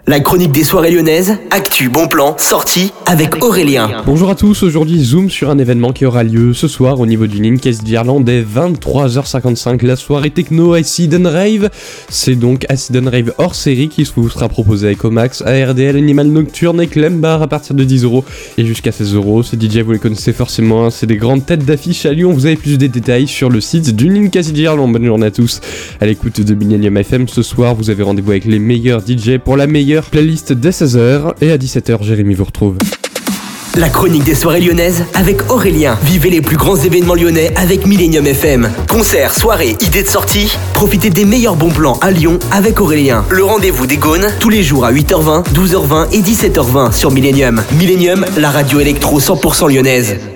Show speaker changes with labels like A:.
A: La chronique des soirées lyonnaises, actu, bon plan, sortie avec Aurélien.
B: Bonjour à tous, aujourd'hui zoom sur un événement qui aura lieu ce soir au niveau du Ninkasi d'Irlande dès 23h55, la soirée techno Acid and Rave. C'est donc Acid and Rave hors série qui vous sera proposé avec Omax, ARDL, Animal Nocturne et Clembar à partir de 10€ et jusqu'à 16€. Ces DJ vous les connaissez forcément, c'est des grandes têtes d'affiche à Lyon. Vous avez plus de détails sur le site du Ninkasi d'Irlande. Bonne journée à tous, à l'écoute de Millennium FM. Ce soir vous avez rendez-vous avec les meilleurs DJ pour la meilleure playlist dès 16h et à 17h Jérémy vous retrouve.
A: La chronique des soirées lyonnaises avec Aurélien. Vivez les plus grands événements lyonnais avec Millennium FM. Concerts, soirées, idées de sortie. Profitez des meilleurs bons plans à Lyon avec Aurélien. Le rendez-vous des Gaunes tous les jours à 8h20, 12h20 et 17h20 sur Millennium. Millennium, la radio électro 100% lyonnaise.